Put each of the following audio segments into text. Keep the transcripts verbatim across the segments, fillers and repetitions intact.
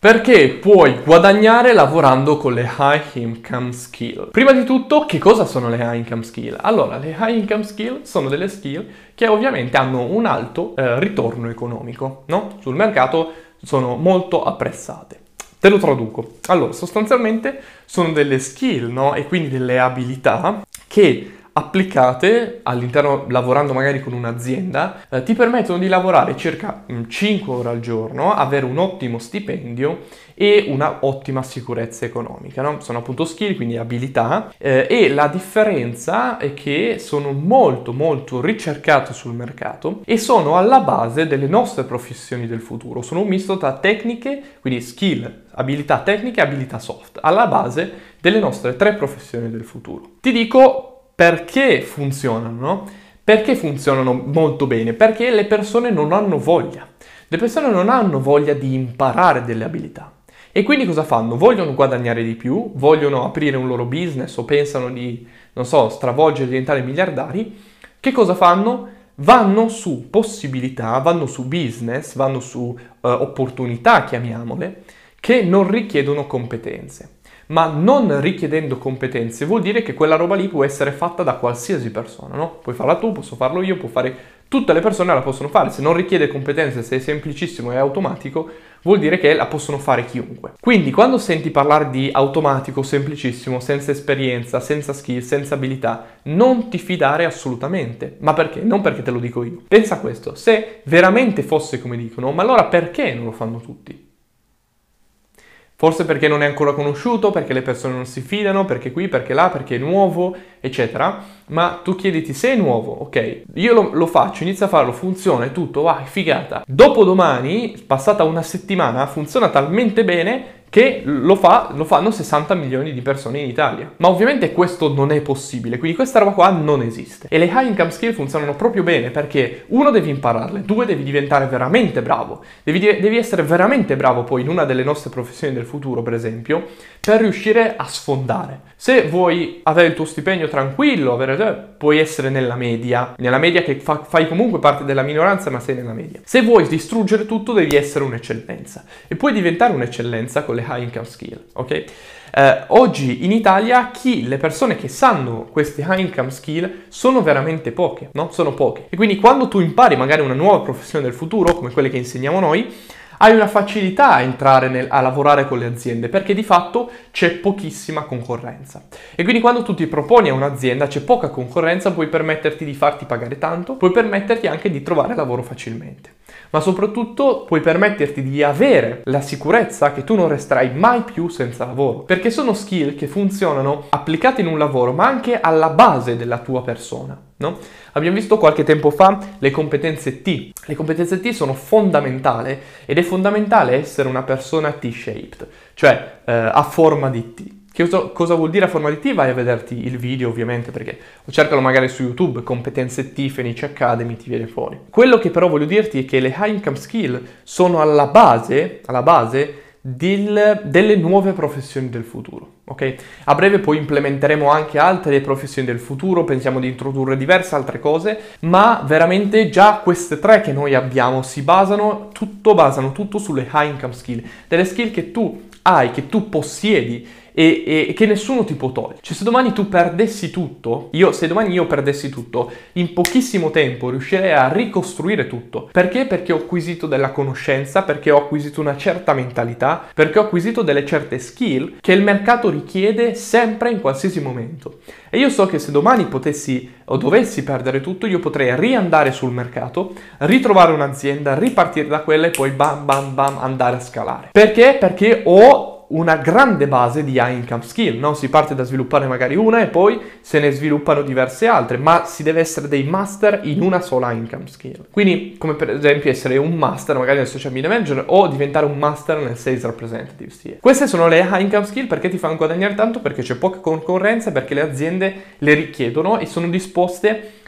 Perché puoi guadagnare lavorando con le high income skill. Prima di tutto, che cosa sono le high income skill? Allora, le high income skill sono delle skill che ovviamente hanno un alto eh, ritorno economico, no? Sul mercato sono molto apprezzate. Te lo traduco. Allora, sostanzialmente sono delle skill, no? E quindi delle abilità che applicate all'interno, lavorando magari con un'azienda, eh, ti permettono di lavorare circa mh, cinque ore al giorno, avere un ottimo stipendio e una ottima sicurezza economica, no? Sono appunto skill, quindi abilità, eh, e la differenza è che sono molto molto ricercate sul mercato e sono alla base delle nostre professioni del futuro. Sono un misto tra tecniche, quindi skill, abilità tecniche e abilità soft, alla base delle nostre tre professioni del futuro. Ti dico perché funzionano, no? Perché funzionano molto bene? Perché le persone non hanno voglia. Le persone non hanno voglia di imparare delle abilità. E quindi cosa fanno? Vogliono guadagnare di più, vogliono aprire un loro business o pensano di, non so, stravolgere e diventare miliardari. Che cosa fanno? Vanno su possibilità, vanno su business, vanno su uh, opportunità, chiamiamole, che non richiedono competenze. Ma non richiedendo competenze vuol dire che quella roba lì può essere fatta da qualsiasi persona, no? Puoi farla tu, posso farlo io, può fare... Tutte le persone la possono fare. Se non richiede competenze, se è semplicissimo e automatico, vuol dire che la possono fare chiunque. Quindi quando senti parlare di automatico, semplicissimo, senza esperienza, senza skill, senza abilità, non ti fidare assolutamente. Ma perché? Non perché te lo dico io. Pensa a questo, se veramente fosse come dicono, ma allora perché non lo fanno tutti? Forse perché non è ancora conosciuto, perché le persone non si fidano, perché qui, perché là, perché è nuovo, eccetera. Ma tu chiediti se è nuovo, ok, io lo, lo faccio, inizio a farlo, funziona, è tutto, vai, figata. Dopodomani, passata una settimana, funziona talmente bene che lo, fa, lo fanno sessanta milioni di persone in Italia. Ma ovviamente questo non è possibile, quindi questa roba qua non esiste. E le high income skill funzionano proprio bene perché uno, devi impararle, due, devi diventare veramente bravo, devi, devi essere veramente bravo poi in una delle nostre professioni del futuro, per esempio, per riuscire a sfondare. Se vuoi avere il tuo stipendio tranquillo, avere, puoi essere nella media, nella media che fa, fai comunque parte della minoranza, ma sei nella media. Se vuoi distruggere tutto, devi essere un'eccellenza e puoi diventare un'eccellenza con le high income skill, ok? Eh, oggi in Italia chi, le persone che sanno queste high income skill sono veramente poche, no? Sono poche. E quindi quando tu impari magari una nuova professione del futuro, come quelle che insegniamo noi, hai una facilità a entrare nel, a lavorare con le aziende perché di fatto c'è pochissima concorrenza. E quindi quando tu ti proponi a un'azienda, c'è poca concorrenza, puoi permetterti di farti pagare tanto, puoi permetterti anche di trovare lavoro facilmente. Ma soprattutto puoi permetterti di avere la sicurezza che tu non resterai mai più senza lavoro, perché sono skill che funzionano applicate in un lavoro, ma anche alla base della tua persona, no? Abbiamo visto qualche tempo fa le competenze T. Le competenze T sono fondamentali ed è fondamentale essere una persona T-shaped, cioè eh, a forma di T. Che cosa, cosa vuol dire a forma di T? Vai a vederti il video ovviamente, perché cercalo magari su YouTube, competenze T, Fenice Academy, ti viene fuori. Quello che però voglio dirti è che le high income skill sono alla base, alla base del, delle nuove professioni del futuro, ok? A breve poi implementeremo anche altre professioni del futuro, pensiamo di introdurre diverse altre cose, ma veramente già queste tre che noi abbiamo si basano, tutto basano tutto sulle high income skill, delle skill che tu hai, che tu possiedi, E, e che nessuno ti può togliere. Cioè se domani tu perdessi tutto, io, se domani io perdessi tutto, in pochissimo tempo riuscirei a ricostruire tutto. Perché? Perché ho acquisito della conoscenza, perché ho acquisito una certa mentalità, perché ho acquisito delle certe skill che il mercato richiede sempre in qualsiasi momento. E io so che se domani potessi o dovessi perdere tutto, io potrei riandare sul mercato, ritrovare un'azienda, ripartire da quella e poi bam bam bam andare a scalare. Perché? Perché ho una grande base di high income skill, no? Si parte da sviluppare magari una e poi se ne sviluppano diverse altre, ma si deve essere dei master in una sola income skill. Quindi, come per esempio essere un master magari nel social media manager o diventare un master nel sales representative. Sì. Queste sono le high income skill perché ti fanno guadagnare tanto, perché c'è poca concorrenza, perché le aziende le richiedono e sono disposte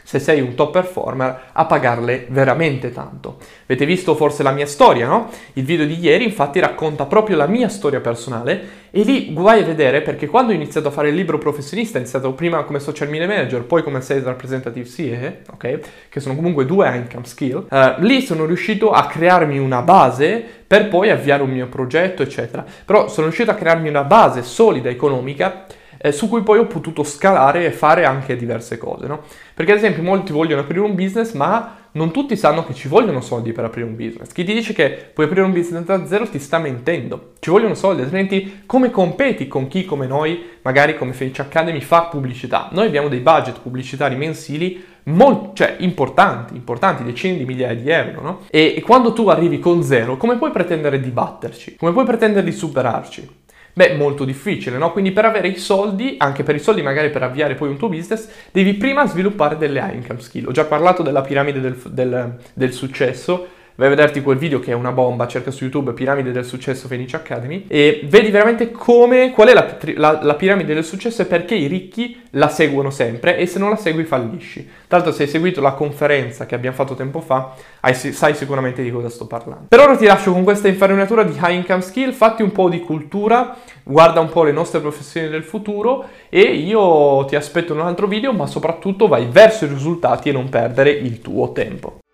se sei un top performer, a pagarle veramente tanto. Avete visto forse la mia storia, no? Il video di ieri infatti racconta proprio la mia storia personale e lì vai a vedere, perché quando ho iniziato a fare il libero professionista, ho iniziato prima come social media manager, poi come sales representative C E, ok? Che sono comunque due income skill. Uh, lì sono riuscito a crearmi una base per poi avviare un mio progetto, eccetera. Però sono riuscito a crearmi una base solida, economica, eh, su cui poi ho potuto scalare e fare anche diverse cose, no? Perché ad esempio molti vogliono aprire un business, ma non tutti sanno che ci vogliono soldi per aprire un business. Chi ti dice che puoi aprire un business da zero ti sta mentendo. Ci vogliono soldi, altrimenti come competi con chi come noi, magari come Fenice Academy, fa pubblicità? Noi abbiamo dei budget pubblicitari mensili molto, cioè importanti, importanti, decine di migliaia di euro, no? E, e quando tu arrivi con zero, come puoi pretendere di batterci? Come puoi pretendere di superarci? Beh, molto difficile, no? Quindi per avere i soldi, anche per i soldi magari per avviare poi un tuo business, devi prima sviluppare delle income skill. Ho già parlato della piramide del, del, del successo, vai a vederti quel video che è una bomba, cerca su YouTube Piramide del Successo Fenice Academy e vedi veramente come, qual è la, la, la piramide del successo e perché i ricchi la seguono sempre e se non la segui fallisci. Tra l'altro se hai seguito la conferenza che abbiamo fatto tempo fa, hai, sai sicuramente di cosa sto parlando. Per ora ti lascio con questa infarinatura di high income skill, fatti un po' di cultura, guarda un po' le nostre professioni del futuro e io ti aspetto in un altro video, ma soprattutto vai verso i risultati e non perdere il tuo tempo.